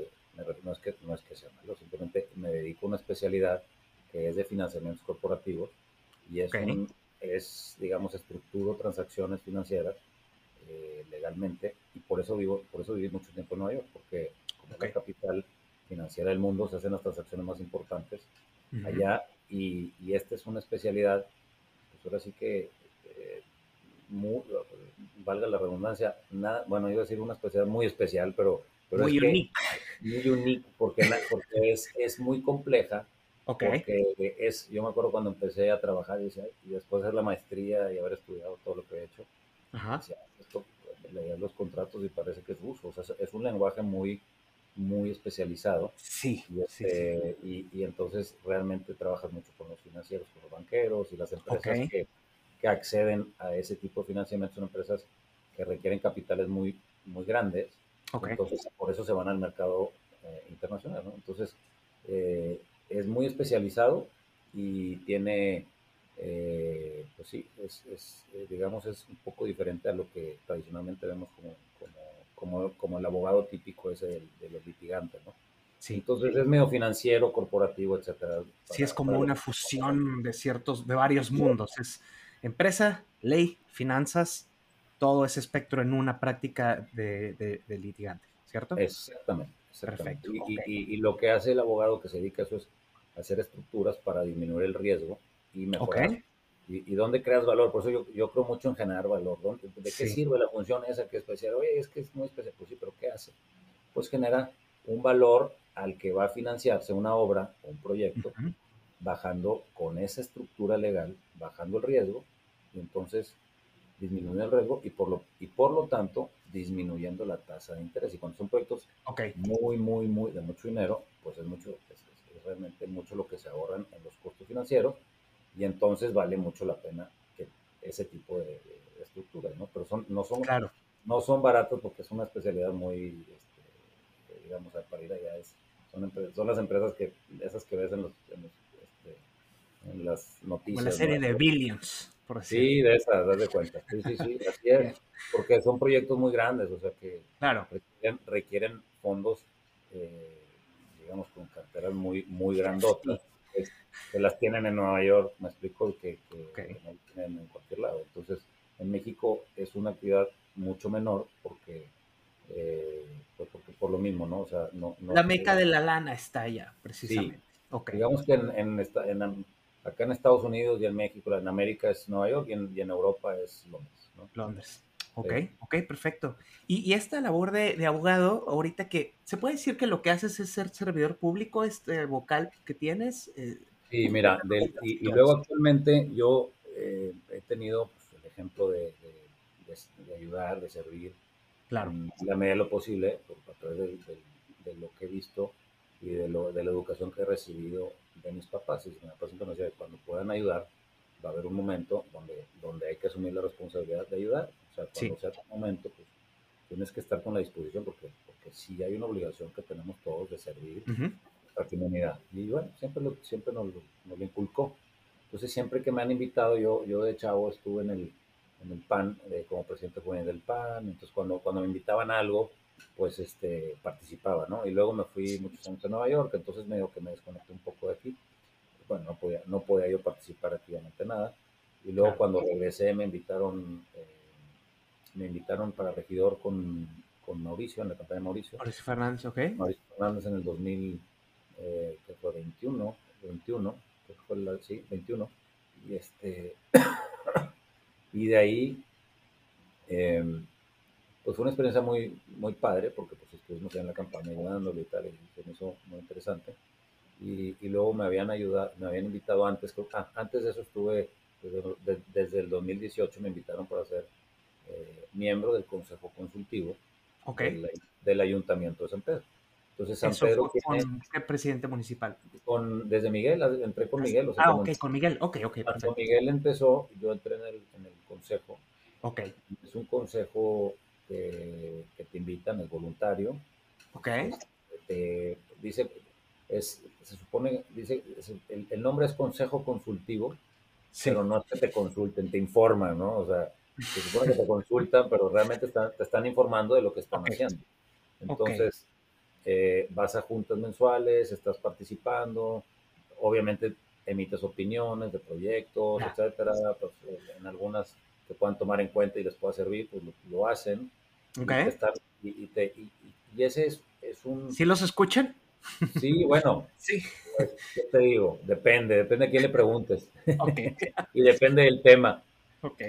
no es que sea malo, simplemente me dedico a una especialidad que es de financiamientos corporativos y ok, digamos, estructuro transacciones financieras legalmente y por eso viví mucho tiempo en Nueva York, porque como es ok. la capital financiera del mundo, se hacen las transacciones más importantes Ujú. allá y esta es una especialidad, pues ahora sí que, eh, muy, valga la redundancia, bueno, iba a decir una especialidad muy especial, pero es Muy que unique. muy unique porque es muy compleja, Ok, porque yo me acuerdo cuando empecé a trabajar y después de hacer la maestría y haber estudiado todo lo que he hecho, ajá, decía, esto, leías los contratos y parece que es ruso, o sea, es un lenguaje muy, muy especializado sí, y, sí, sí, y entonces realmente trabajas mucho con los financieros, con los banqueros y las ok, empresas que acceden a ese tipo de financiamiento son empresas que requieren capitales muy, muy grandes y ok. entonces por eso se van al mercado internacional, ¿no? Entonces, es muy especializado y tiene pues sí, digamos, es un poco diferente a lo que tradicionalmente vemos como el abogado típico ese de los litigantes, ¿no? Sí, Entonces es medio financiero, corporativo, etcétera, sí es como para lo una que estamos hablando. fusión de varios mundos. Es empresa, ley, finanzas, todo ese espectro en una práctica de litigante, ¿cierto? Exactamente, exactamente. Perfecto, ok, Y lo que hace el abogado que se dedica a eso es hacer estructuras para disminuir el riesgo y ok, mejorar. ¿Y dónde creas valor? Por eso yo creo mucho en generar valor. ¿De qué sí, sirve la función esa que es especial? Oye, es que es muy especial. Pues sí, pero ¿qué hace? Pues genera un valor al que va a financiarse una obra o un proyecto, ujú, bajando con esa estructura legal, bajando el riesgo, y entonces disminuyendo el riesgo y por lo tanto disminuyendo la tasa de interés. Y cuando son proyectos ok, muy, muy, muy de mucho dinero, pues es realmente mucho lo que se ahorran en los costos financieros y entonces vale mucho la pena que ese tipo de estructuras, ¿no? Pero claro, no son baratos porque es una especialidad muy, digamos, para ir allá son las empresas esas que ves en las como la noticias, ¿no? serie de Billions, por decir. Sí, de esas, das de cuenta. Sí, sí, sí, así es. Bien, Porque son proyectos muy grandes, o sea que claro, requieren fondos, eh, digamos, con carteras muy, muy hefty, grandotas, pues, que las tienen en Nueva York, me explico, ok, que no tienen en cualquier lado. Entonces, en México es una actividad mucho menor eh, pues porque por lo mismo, ¿no? O sea, la meca de la lana está allá, sí, precisamente, ok. digamos que acá en Estados Unidos y en México, en América es Nueva York y en Europa es Londres, ¿no? Londres. Ok, Sí. ok, perfecto. Y esta labor de abogado, ahorita que se puede decir que lo que haces es ser servidor público, este vocal que tienes, Sí, mira, y luego actualmente yo he tenido pues, el ejemplo de ayudar, de servir claro, en la medida de lo posible, a través de lo que he visto y de la educación que he recibido de mis papás. Y mis papás siempre me decían, cuando puedan ayudar, va a haber un momento donde hay que asumir la responsabilidad de ayudar. O sea, cuando Sí. sea tu momento, pues tienes que estar con la disposición porque sí hay una obligación que tenemos todos de servir Ujú. a la comunidad. Y bueno, siempre nos lo inculcó. Entonces, siempre que me han invitado, yo de chavo estuve en el PAN, como presidente juvenil del PAN. Entonces, cuando me invitaban a algo, pues participaba, ¿no? Y luego me fui muchos años a Nueva York, entonces medio que me desconecté un poco de aquí. Bueno, no podía yo participar activamente en nada. Y luego Claro. cuando regresé me invitaron para regidor con Mauricio, en la campaña de Mauricio. Mauricio Fernández, ok. Mauricio Fernández en el 2000, que fue 21, creo que fue sí, 21. Y, y de ahí, eh, pues fue una experiencia muy, muy padre, porque pues estuvimos en la campaña ayudándole y tal, y se me hizo muy interesante. Y luego me habían invitado antes, antes de eso estuve, desde el 2018 me invitaron para ser miembro del Consejo Consultivo Ok. del, del Ayuntamiento de San Pedro. Entonces, San Eso Pedro fue tiene, con qué presidente municipal. desde Miguel, entré con Miguel, o sea, Ok, con Miguel. Ok, ok, cuando perfecto. Miguel empezó, yo entré en el consejo. Ok, Es un consejo que te invitan, es voluntario. ok. Dice, se supone, dice, el nombre es Consejo Consultivo, Sí. pero no es que te consulten, te informan, ¿no? O sea, se supone que te consultan, pero realmente te están informando de lo que están Ok, haciendo. ok. Entonces, vas a juntas mensuales, estás participando, obviamente emites opiniones de proyectos, Ya. etcétera, pues, en algunas te puedan tomar en cuenta y les pueda servir, pues lo hacen, Ok. y te están, y ese es un, ¿Sí los escuchan? sí, bueno, Sí. pues, ¿qué te digo? Depende a quién le preguntes Ok, y depende del tema, ok.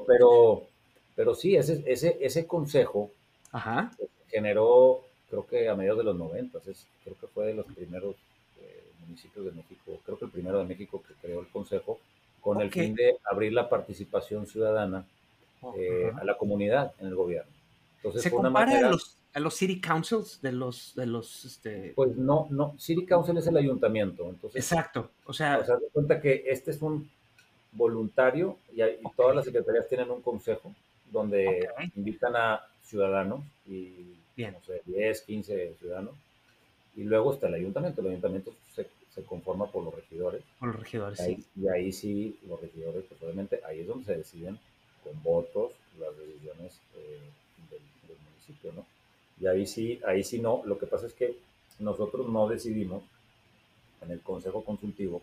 pero sí, ese consejo Ajá. generó, creo que a mediados de los 90, creo que fue de los primeros municipios de México, creo que el primero de México que creó el consejo, con el Ok. fin de abrir la participación ciudadana Oh, ajá. a la comunidad en el gobierno. Entonces ¿Se fue una compara a manera, los city councils pues no, City Council es el ayuntamiento. Entonces, exacto. O o sea, sea, de cuenta que este es un voluntario, y ok, todas las secretarías tienen un consejo ok. donde invitan a ciudadanos, y Bien. no sé, 10, 15 ciudadanos. Y luego está el ayuntamiento. El ayuntamiento se conforma por los regidores. Con los regidores, Y sí. ahí sí, los regidores, pues obviamente, ahí es donde se deciden con votos las decisiones del municipio, ¿no? Y ahí sí no. Lo que pasa es que nosotros no decidimos en el Consejo Consultivo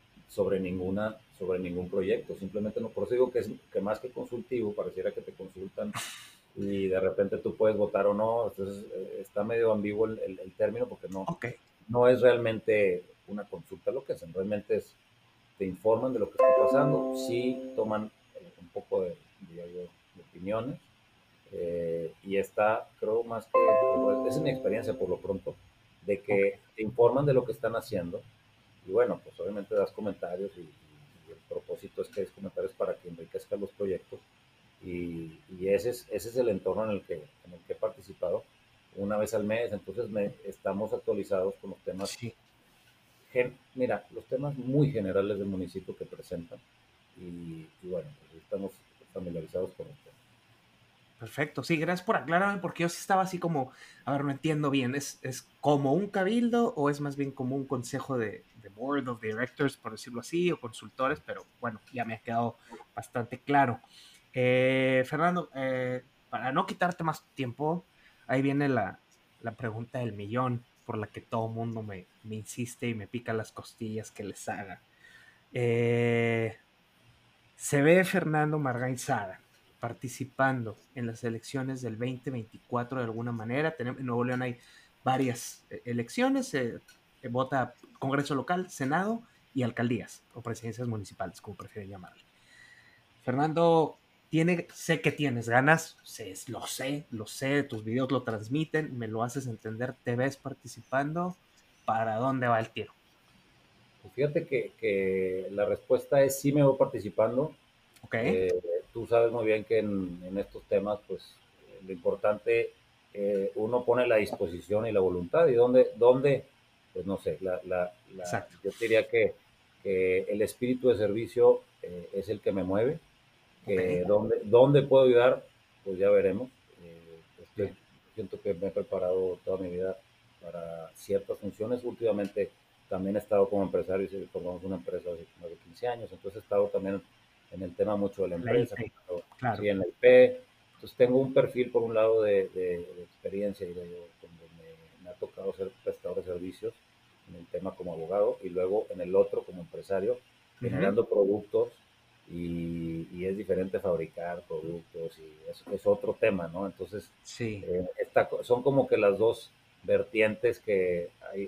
sobre ningún proyecto. Simplemente no. Por eso digo que más que consultivo, pareciera que te consultan y de repente tú puedes votar o no. Entonces, está medio ambiguo el término, porque Ok. no es realmente una consulta lo que hacen. Realmente te informan de lo que está pasando, sí toman un poco diría yo, de opiniones, y está, creo, más que, pues, esa es mi experiencia por lo pronto, de Ok. que te informan de lo que están haciendo. Y bueno, pues obviamente das comentarios, y el propósito es que des comentarios para que enriquezcan los proyectos. Y ese es el entorno en el que he participado una vez al mes. Entonces, estamos actualizados con los temas, Sí. mira, los temas muy generales del municipio que presentan. Y bueno, pues estamos familiarizados con los temas. Perfecto. Sí, gracias por aclararme porque yo sí estaba así como, a ver, no entiendo bien. ¿Es como un cabildo o es más bien como un consejo de board of directors, por decirlo así, o consultores? Pero bueno, ya me ha quedado bastante claro. Fernando, para no quitarte más tiempo, ahí viene la pregunta del millón por la que todo mundo me insiste y me pica las costillas que les haga. Eh, ¿Se ve Fernando Margain Sada participando en las elecciones del 2024 de alguna manera? En Nuevo León hay varias elecciones, vota Congreso local, Senado y alcaldías o presidencias municipales, como prefieren llamarle. Fernando, sé que tienes ganas, lo sé, tus videos lo transmiten, me lo haces entender, te ves participando, ¿para dónde va el tiro? Pues fíjate que la respuesta es sí, me voy participando. ¿Ok? Eh, Tú sabes muy bien que en estos temas, pues lo importante, uno pone la disposición y la voluntad. ¿Y dónde? Pues no sé, Exacto. yo diría que el espíritu de servicio es el que me mueve. Ok, ¿Dónde puedo ayudar? Pues ya veremos. bien. Siento que me he preparado toda mi vida para ciertas funciones. Últimamente también he estado como empresario, y formamos una empresa hace más de 15 años, entonces he estado también en el tema mucho de la La empresa, IP, claro. sí, en la IP. Entonces tengo un perfil por un lado de experiencia y donde me ha tocado ser prestador de servicios en el tema como abogado y luego en el otro como empresario, Ujú. generando productos y es diferente fabricar productos y es otro tema, ¿no? Entonces, Sí, son como que las dos vertientes que hay,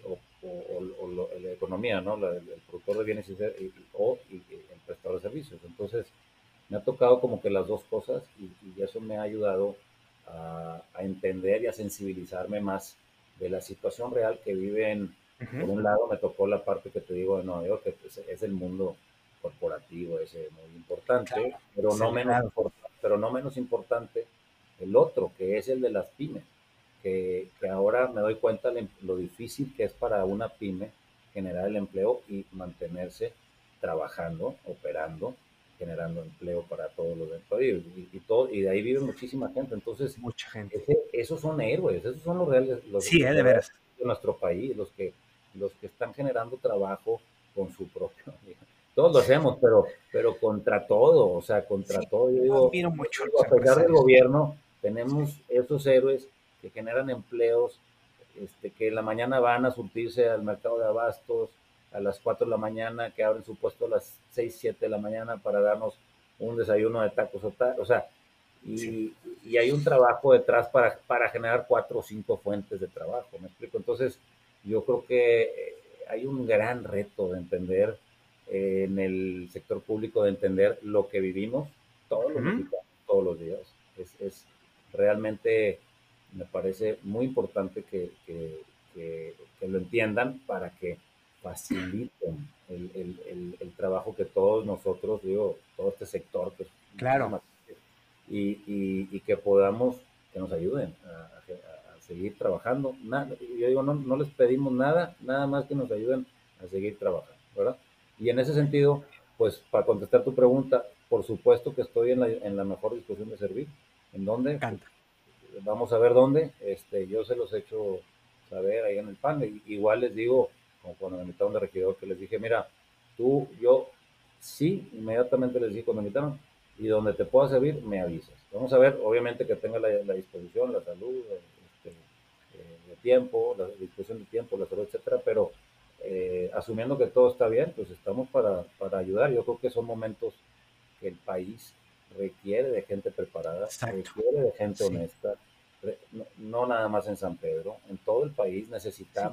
la economía, ¿no? El productor de bienes y el prestador de servicios. Entonces, me ha tocado como que las dos cosas y eso me ha ayudado a entender y a sensibilizarme más de la situación real que viven. Por ujú. un lado, me tocó la parte que te digo de Nueva York, que es el mundo corporativo, es muy importante, Claro, acelerado. pero no menos importante el otro, que es el de las pymes, que ahora me doy cuenta lo difícil que es para una pyme generar el empleo y mantenerse trabajando, operando, generando empleo para todos los empleados y de ahí vive muchísima gente. Entonces, Mucha gente. esos son héroes, esos son los reales, Sí, los de verdaderos veras. de nuestro país, los que están generando trabajo con su propio. Todos lo hacemos, pero contra todo, o sea, Sí, contra todo. yo admiro mucho a los A pesar del empresarios. gobierno, Sí, tenemos esos héroes que generan empleos, que en la mañana van a surtirse al mercado de abastos a las 4 de la mañana, que abren su puesto a las 6 7 de la mañana para darnos un desayuno de tacos o sea, sí, y hay un trabajo detrás para generar 4 o 5 fuentes de trabajo, ¿me explico? Entonces, yo creo que hay un gran reto de entender en el sector público, de entender lo que vivimos todos los ujú, mexicanos, todos los días. Es realmente, me parece muy importante que lo entiendan para que faciliten el trabajo que todos nosotros, digo, todo este sector, que es claro. muchísima gente, y que podamos, que nos ayuden a seguir trabajando. Yo digo, no les pedimos nada, nada más que nos ayuden a seguir trabajando, ¿verdad? Y en ese sentido, pues para contestar tu pregunta, por supuesto que estoy en la mejor disposición de servir. ¿En Me dónde? Pues, encanta. vamos a ver dónde. Yo se los he hecho saber ahí en el PAN. Igual les digo, como cuando me invitaron de regidor, que les dije, mira, yo, sí, inmediatamente les dije cuando me invitaron, y donde te pueda servir, me avisas. Vamos a ver, obviamente que tenga la disposición, la salud, de tiempo, la disposición de tiempo, la salud, etcétera, pero asumiendo que todo está bien, pues estamos para ayudar. Yo creo que son momentos que el país requiere de gente preparada, Exacto. requiere de gente Sí, honesta, no nada más en San Pedro, en todo el país sí,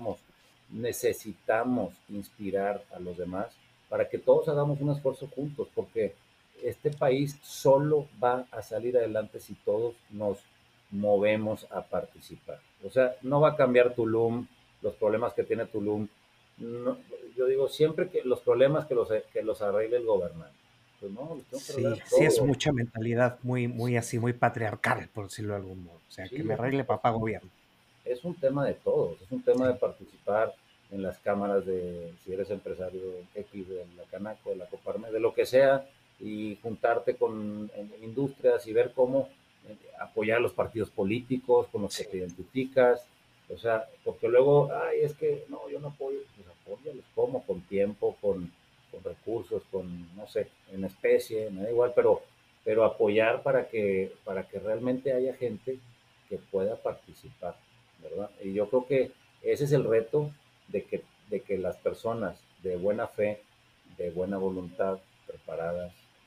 necesitamos inspirar a los demás para que todos hagamos un esfuerzo juntos, porque este país solo va a salir adelante si todos nos movemos a participar. O sea, no va a cambiar Tulum, los problemas que tiene Tulum. No, yo digo siempre que los problemas que los arregle el gobernante. Pues no, los tengo que arreglar sí, sí, es todos. mucha mentalidad muy, muy así, muy patriarcal, por decirlo de algún modo. O sea, que Sí, me arregle papá gobierno. es un tema de todos, es un tema de Sí, participar en las cámaras si eres empresario X de la Canaco, de la Coparme, de lo que sea, y juntarte con industrias y ver cómo apoyar a los partidos políticos con los que sí, te identificas. O sea, porque luego, ay, es que no, yo no apoyo, pues apóyalos, como con tiempo, con recursos, con, no sé, en especie, me da igual, pero apoyar para que realmente haya gente que pueda participar, ¿verdad? Y yo creo que ese es el reto de que las personas de buena fe, de buena voluntad, preparadas,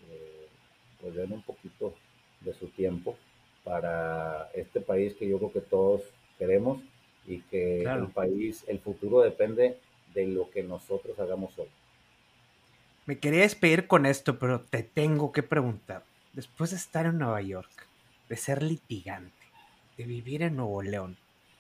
pues den un poquito de su tiempo para este país que yo creo que todos queremos y que el claro. país, el futuro depende de lo que nosotros hagamos hoy. Me quería despedir con esto, pero te tengo que preguntar. Después de estar en Nueva York, de ser litigante, de vivir en Nuevo León,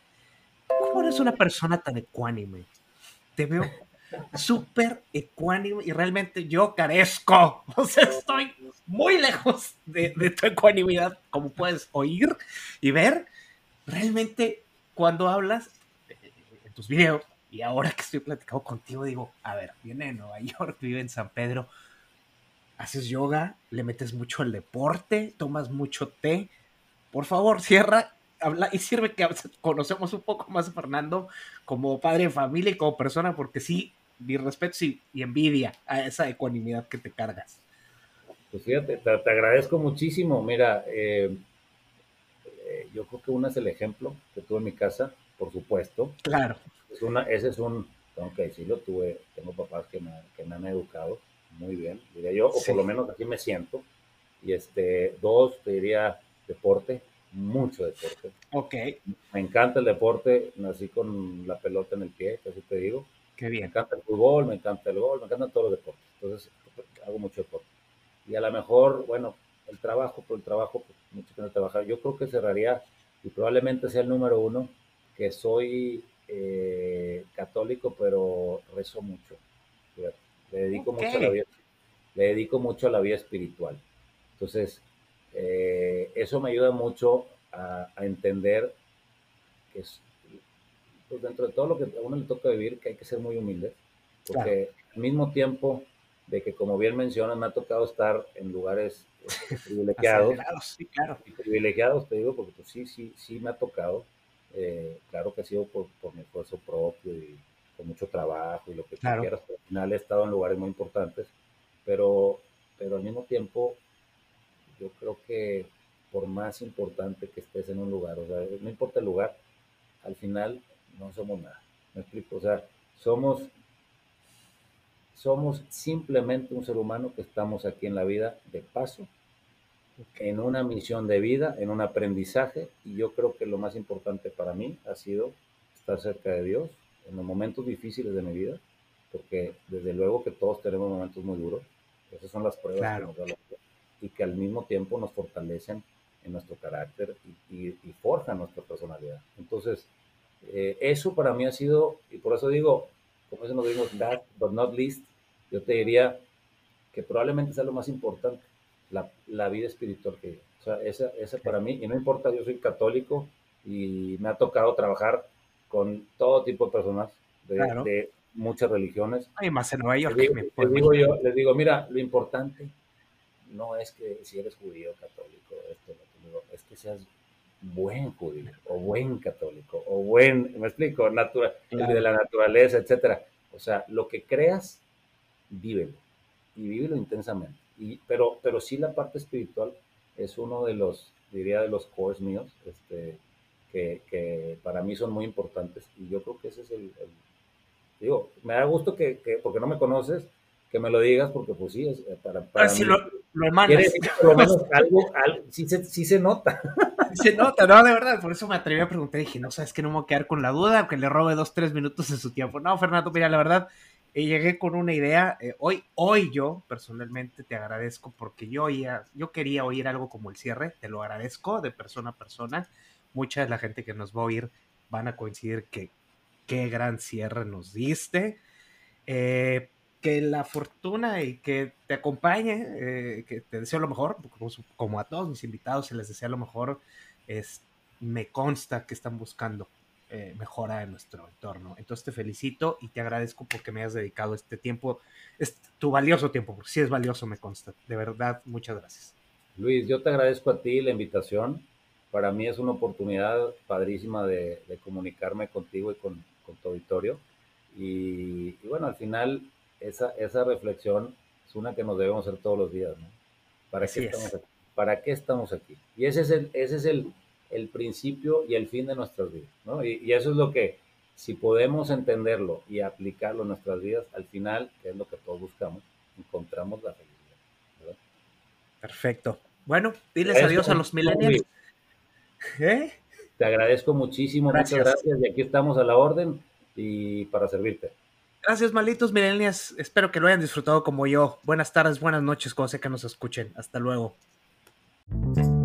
¿cómo eres una persona tan ecuánime? Te veo súper ecuánime y realmente yo carezco. O sea, estoy muy lejos de tu ecuanimidad, como puedes oír y ver. Realmente, cuando hablas en tus videos, y ahora que estoy platicando contigo, digo, a ver, viene de Nueva York, vive en San Pedro. haces yoga, le metes mucho al deporte, tomas mucho té. Por favor, cierra, habla y sirve que conocemos un poco más a Fernando como padre de familia y como persona, porque sí, mi respeto y envidia a esa ecuanimidad que te cargas. Pues fíjate, te agradezco muchísimo. Mira, yo creo que uno es el ejemplo que tuve en mi casa, por supuesto. Claro, Ese es un, tengo que decirlo, tengo papás que me han educado muy bien, diría yo, o por sí, lo menos así me siento. Y dos, te diría deporte, mucho deporte. ok, Me encanta el deporte, nací con la pelota en el pie, así te digo. qué Me bien. encanta el fútbol, me encanta el golf, me encantan todos los deportes. Entonces, hago mucho deporte. Y a lo mejor, bueno, por el trabajo, pues, mucho que no trabajar. Yo creo que cerraría, y probablemente sea el número uno, que soy católico, pero rezo mucho. Fíjate, Le dedico Ok, mucho a la vida, le dedico mucho a la vida espiritual. Entonces, eso me ayuda mucho a entender que es, pues dentro de todo lo que a uno le toca vivir, que hay que ser muy humilde, claro, porque al mismo tiempo de que, como bien mencionas, me ha tocado estar en lugares privilegiados, acelerados, sí, claro, y privilegiados, te digo, porque pues sí me ha tocado. Claro que ha sido por mi esfuerzo propio y con mucho trabajo y lo que tú claro, quieras, pero al final he estado en lugares muy importantes, pero, pero al mismo tiempo yo creo que por más importante que estés en un lugar, o sea, no importa el lugar, al final no somos nada. ¿Me explico? O sea, somos, somos simplemente un ser humano que estamos aquí en la vida de paso, ok, en una misión de vida, en un aprendizaje, y yo creo que lo más importante para mí ha sido estar cerca de Dios en los momentos difíciles de mi vida, porque desde luego que todos tenemos momentos muy duros, esas son las pruebas que claro, nos da la vida, y que al mismo tiempo nos fortalecen en nuestro carácter y forjan nuestra personalidad. Entonces, eso para mí ha sido, y por eso digo, como eso nos dimos, last but not least, yo te diría que probablemente sea lo más importante, la vida espiritual que, o sea, esa ok, para mí, y no importa, yo soy católico y me ha tocado trabajar con todo tipo de personas claro. de muchas religiones. Hay más en Nueva Les York, digo, me puedo imaginar. les digo, mira, lo importante no es que si eres judío, católico, es que seas buen judío o buen católico o buen, me explico, el de Claro, la naturaleza, etcétera. O sea, lo que creas, vívelo y vívelo intensamente. Pero sí la parte espiritual es uno de los, diría, de los cores míos, que para mí son muy importantes y yo creo que ese es digo, me da gusto porque no me conoces, que me lo digas, porque pues sí, ahora para sí mí lo quiere emanas. decir que por lo menos algo sí se nota. Se nota, no, de verdad, por eso me atreví a preguntar, dije, no, sabes que no me voy a quedar con la duda, aunque le robe 2, 3 minutos de su tiempo. No, Fernando, mira, la verdad, llegué con una idea, hoy yo personalmente te agradezco porque yo quería oír algo como el cierre, te lo agradezco de persona a persona, mucha de la gente que nos va a oír van a coincidir que qué gran cierre nos diste, eh, que la fortuna y que te acompañe, que te deseo lo mejor, como a todos mis invitados se les desea lo mejor, es, me consta que están buscando mejora en nuestro entorno. Entonces te felicito y te agradezco porque me has dedicado este tiempo, tu valioso tiempo, porque sí es valioso, me consta. De verdad, muchas gracias. Luis, yo te agradezco a ti la invitación. Para mí es una oportunidad padrísima de comunicarme contigo y con tu auditorio. Y bueno, al final esa reflexión es una que nos debemos hacer todos los días, ¿no? ¿Para qué Así estamos es. aquí? ¿Para qué estamos aquí? Y ese es el principio y el fin de nuestras vidas, ¿no? Y eso es lo que, si podemos entenderlo y aplicarlo en nuestras vidas, al final, que es lo que todos buscamos, encontramos la felicidad, ¿verdad? Perfecto. Bueno, Te diles agradezco adiós a los muchísimo, Luis. millennials. ¿Eh? Te agradezco muchísimo, muchas Gracias. gracias. Y aquí estamos a la orden y para servirte. Gracias, malditos millennials. Espero que lo hayan disfrutado como yo. Buenas tardes, buenas noches, cuando sea que nos escuchen. Hasta luego.